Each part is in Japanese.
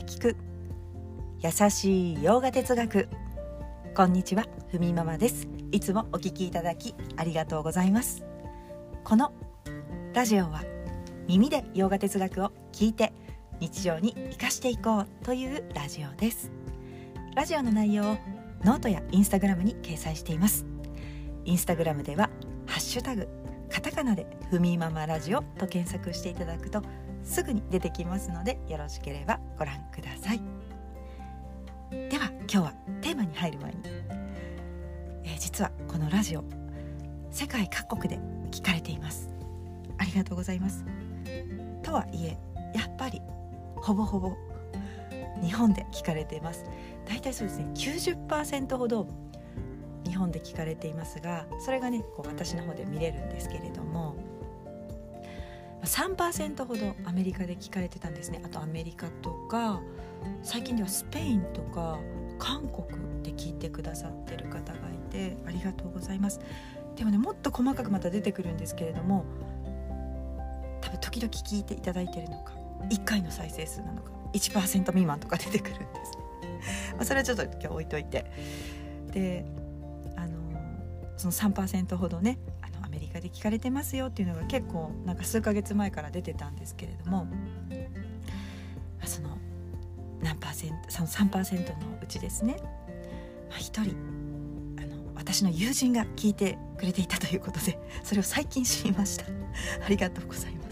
聞く優しい洋画哲学。こんにちは、ふみママです。いつもお聞きいただきありがとうございます。このラジオは耳で洋画哲学を聞いて日常に生かしていこうというラジオです。ラジオの内容をノートやインスタグラムに掲載しています。インスタグラムではハッシュタグカタカナでふみママラジオと検索していただくとすぐに出てきますので、よろしければご覧ください。では今日はテーマに入る前に、実はこのラジオ世界各国で聞かれています。ありがとうございます。とはいえやっぱりほぼほぼ日本で聞かれています。だいたいそうですね 90% ほど日本で聞かれていますが、それがねこう私の方で見れるんですけれども、3% ほどアメリカで聞かれてたんですね。あとアメリカとか最近ではスペインとか韓国で聞いてくださってる方がいて、ありがとうございます。でもねもっと細かくまた出てくるんですけれども、多分時々聞いていただいているのか1回の再生数なのか 1% 未満とか出てくるんですそれはちょっと今日置いといて、でその 3% ほどねアメリカで聞かれてますよっていうのが結構なんか数ヶ月前から出てたんですけれども、そのその 3% のうちですね、一人私の友人が聞いてくれていたということで、それを最近知りましたありがとうございます。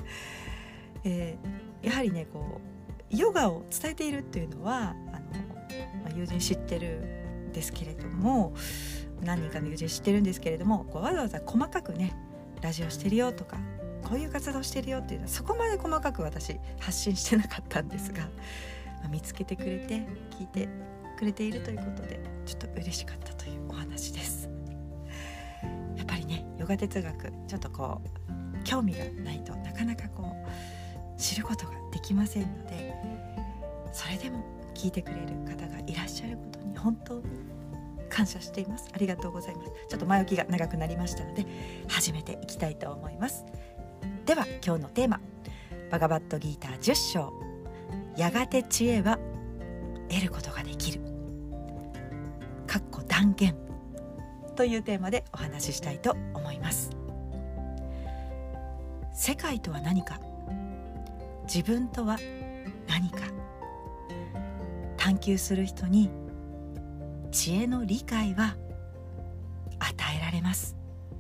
やはりねこうヨガを伝えているっていうのは友人知ってるんですけれども、何人かの友人知ってるんですけれども、わざわざ細かくねラジオしてるよとかこういう活動してるよっていうのはそこまで細かく私発信してなかったんですが、見つけてくれて聞いてくれているということでちょっと嬉しかったというお話です。やっぱりねヨガ哲学ちょっとこう興味がないとなかなかこう知ることができませんので、それでも聞いてくれる方がいらっしゃることに本当に感謝しています。ありがとうございます。ちょっと前置きが長くなりましたので始めていきたいと思います。では今日のテーマ、バガバットギーター10章、やがて知恵は得ることができる断言というテーマでお話ししたいと思います。世界とは何か、自分とは何か、探求する人に知恵の理解は与えられます。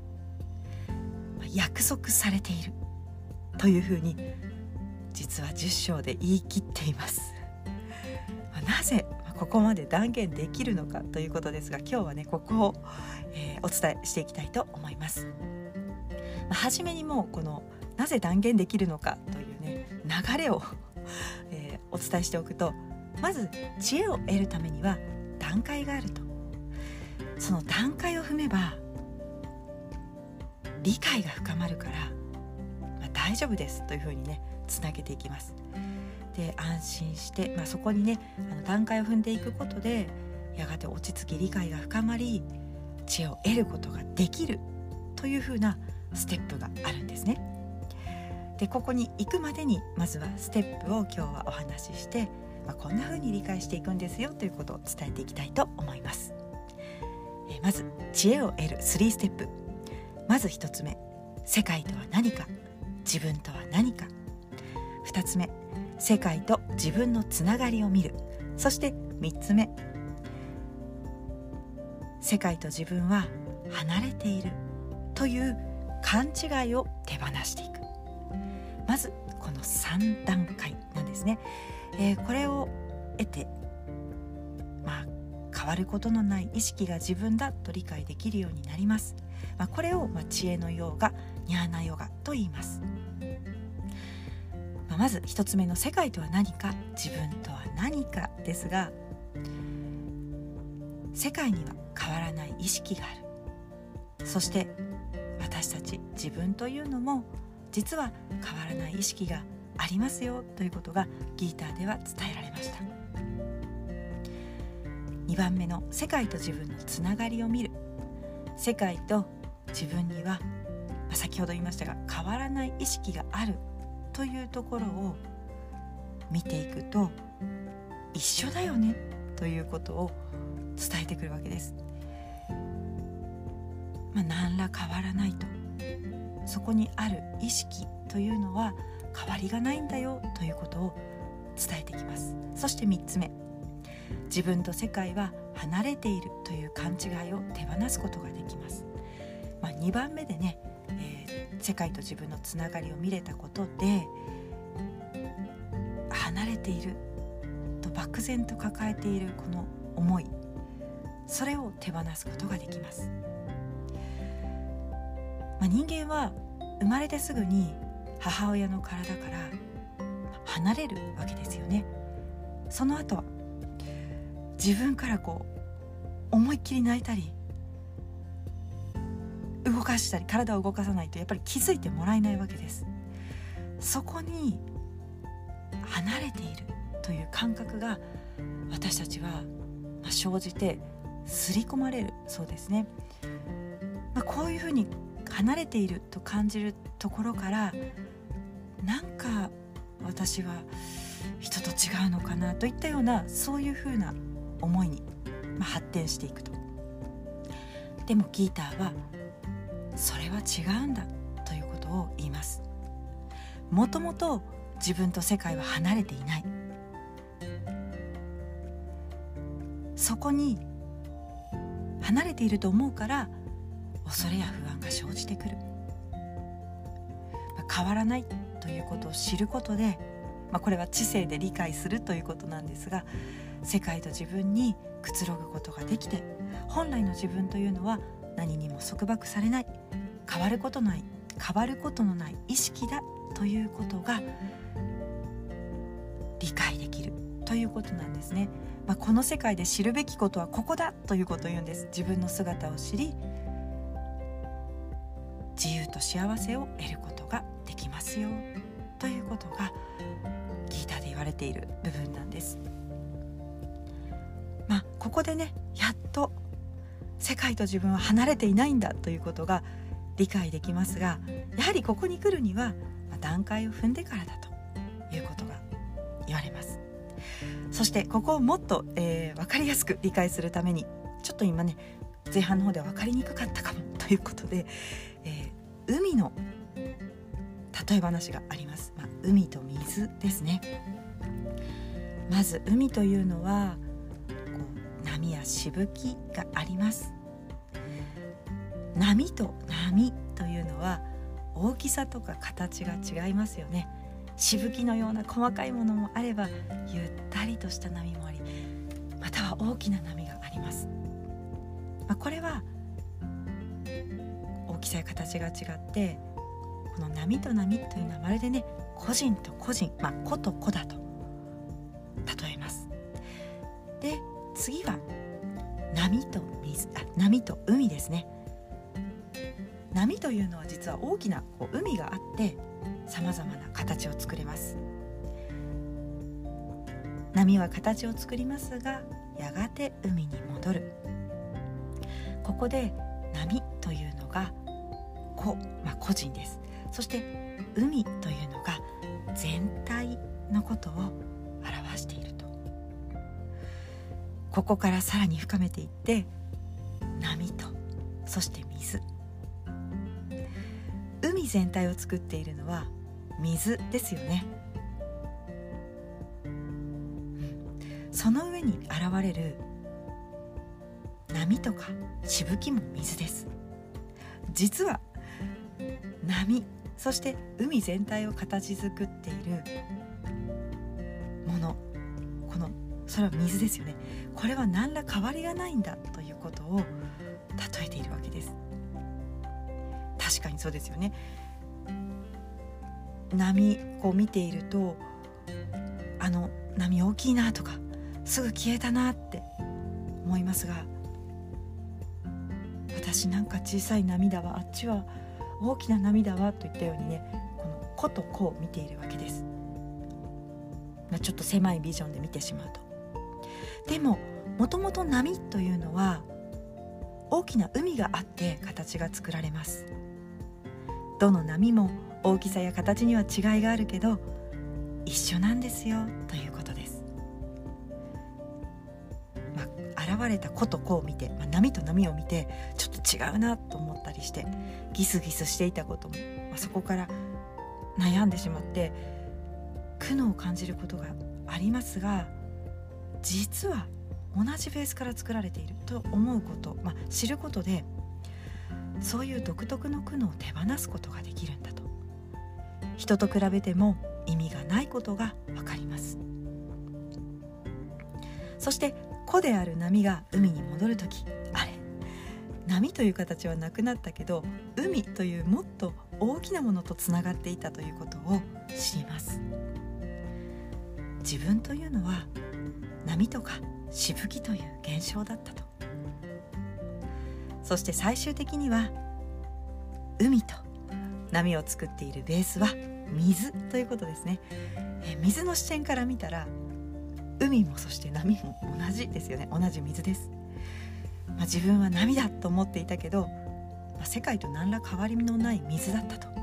約束されているというふうに実は10章で言い切っています。なぜここまで断言できるのかということですが、今日はねここを、お伝えしていきたいと思います。はじめにもうこのなぜ断言できるのかというね流れを、お伝えしておくと、まず知恵を得るためには段階があると。その段階を踏めば理解が深まるから、大丈夫ですというふうにねつなげていきます。で安心して、そこにね段階を踏んでいくことでやがて落ち着き理解が深まり知恵を得ることができるというふうなステップがあるんですね。でここに行くまでにまずはステップを今日はお話しして、こんなふうに理解していくんですよということを伝えていきたいと思います。まず知恵を得る3ステップ。まず1つ目、世界とは何か、自分とは何か。2つ目、世界と自分のつながりを見る。そして3つ目、世界と自分は離れているという勘違いを手放していく。まずこの3段階なんですね。これを得て、変わることのない意識が自分だと理解できるようになります。これを知恵のヨガ、ニャーナヨガと言います。まず一つ目の世界とは何か、自分とは何かですが、世界には変わらない意識がある。そして私たち自分というのも実は変わらない意識がありますよということがギーターでは伝えられました。2番目の世界と自分のつながりを見る。世界と自分には、先ほど言いましたが変わらない意識があるというところを見ていくと、 一緒だよねということを伝えてくるわけです。何ら変わらないと、そこにある意識というのは変わりがないんだよということを伝えてきます。そして3つ目、自分と世界は離れているという勘違いを手放すことができます。2番目でね、世界と自分のつながりを見れたことで、離れていると漠然と抱えているこの思い、それを手放すことができます。人間は生まれてすぐに母親の体から離れるわけですよね。その後は自分から思いっきり泣いたり動かしたり、体を動かさないとやっぱり気づいてもらえないわけです。そこに離れているという感覚が私たちは生じて刷り込まれるそうですね。こういうふうに離れていると感じるところから、なんか私は人と違うのかなといったような、そういうふうな思いに発展していくと。でもギーターはそれは違うんだということを言います。もともと自分と世界は離れていない。そこに離れていると思うから恐れや不安が生じてくる。変わらないということを知ることで、これは知性で理解するということなんですが、世界と自分にくつろぐことができて、本来の自分というのは何にも束縛されない、変わることのない意識だということが理解できるということなんですね。この世界で知るべきことはここだということを言うんです。自分の姿を知り、自由と幸せを得ることができますよということがギーターで言われている部分なんです。ここでね、やっと世界と自分は離れていないんだということが理解できますが、やはりここに来るには段階を踏んでからだということが言われます。そしてここをもっと、分かりやすく理解するために、ちょっと今ね前半の方では分かりにくかったかもということで、海の例え話があります。海と水ですね。まず海というのは波やしぶきがあります。波と波というのは大きさとか形が違いますよね。しぶきのような細かいものもあれば、ゆったりとした波もあり、または大きな波があります。これは大きさや形が違って、この波と波というのはまるでね、個人と個人、個と個だと例えます。で、次は波と海ですね。波というのは実は大きな海があってさまざまな形を作れます。波は形を作りますが、やがて海に戻る。ここで波というのが個人です。そして海というのが全体のことを表していると。ここからさらに深めていって、波とそして水、海全体を作っているのは水ですよね。その上に現れる波とかしぶきも水です。実は波、そして海全体を形作っているもの、それは水ですよね。これは何ら変わりがないんだということを例えているわけです。確かにそうですよね。波見ていると、あの波大きいなとか、すぐ消えたなって思いますが、私なんか小さい波だわ、あっちは大きな波だわといったようにね、この個と個を見ているわけです。ちょっと狭いビジョンで見てしまうと。でももともと波というのは大きな海があって形が作られます。どの波も大きさや形には違いがあるけど一緒なんですよということです。 れた子と子を見て、波と波を見てちょっと違うなと思ったりしてギスギスしていたことも、そこから悩んでしまって苦悩を感じることがありますが、実は同じベースから作られていると思うこと、知ることでそういう独特の苦悩を手放すことができるんだと、人と比べても意味がないことがわかります。そして子である波が海に戻るとき、あれ、波という形はなくなったけど海というもっと大きなものとつながっていたということを知ります。自分というのは波とかしぶきという現象だったと。そして最終的には海と波を作っているベースは水ということですね。水の視点から見たら海もそして波も同じですよね。同じ水です。自分は波だと思っていたけど、世界と何ら変わりのない水だったと。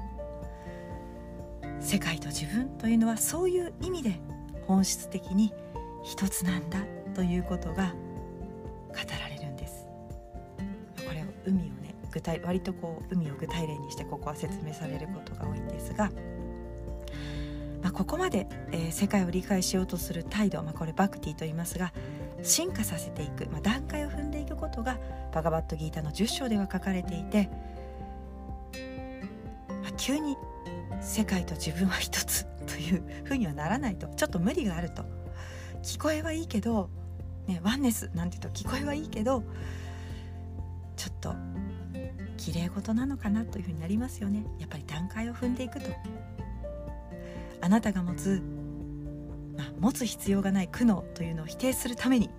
世界と自分というのはそういう意味で本質的に一つなんだということが語られるんです。これを海をね、割と海を具体例にしてここは説明されることが多いんですが、ここまで、世界を理解しようとする態度、これバクティと言いますが、進化させていく、段階を踏んでいくことがバガバットギータの10章では書かれていて、急に世界と自分は一つというふうにはならないと、ちょっと無理があると。聞こえはいいけど、ワンネスなんて言うと聞こえはいいけどちょっと綺麗事なのかなというふうになりますよね。やっぱり段階を踏んでいくと、あなたが持つ必要がない苦悩というのを否定するために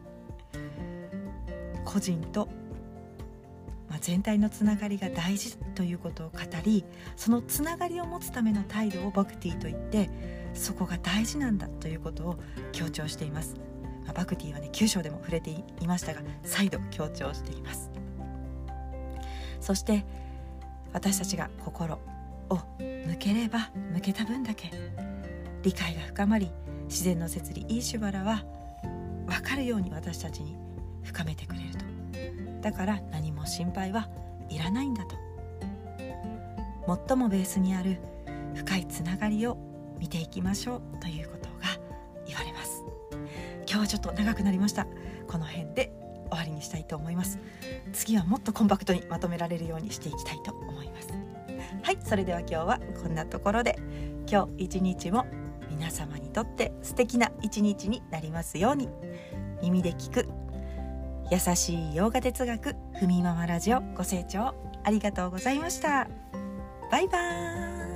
個人と、全体のつながりが大事ということを語り、そのつながりを持つための態度をバクティと言って、そこが大事なんだということを強調しています。バクティはね9章でも触れていましたが、再度強調しています。そして私たちが心を向ければ向けた分だけ理解が深まり、自然の摂理イーシュバラは分かるように私たちに深めてくれると。だから何も心配はいらないんだと。最もベースにある深いつながりを見ていきましょうということが言われます。今日はちょっと長くなりました。この辺で終わりにしたいと思います。次はもっとコンパクトにまとめられるようにしていきたいと思います。はい、それでは今日はこんなところで、今日一日も皆様にとって素敵な一日になりますように。耳で聞く優しい洋画哲学、ふみママラジオ、ご清聴ありがとうございました。バイバーイ。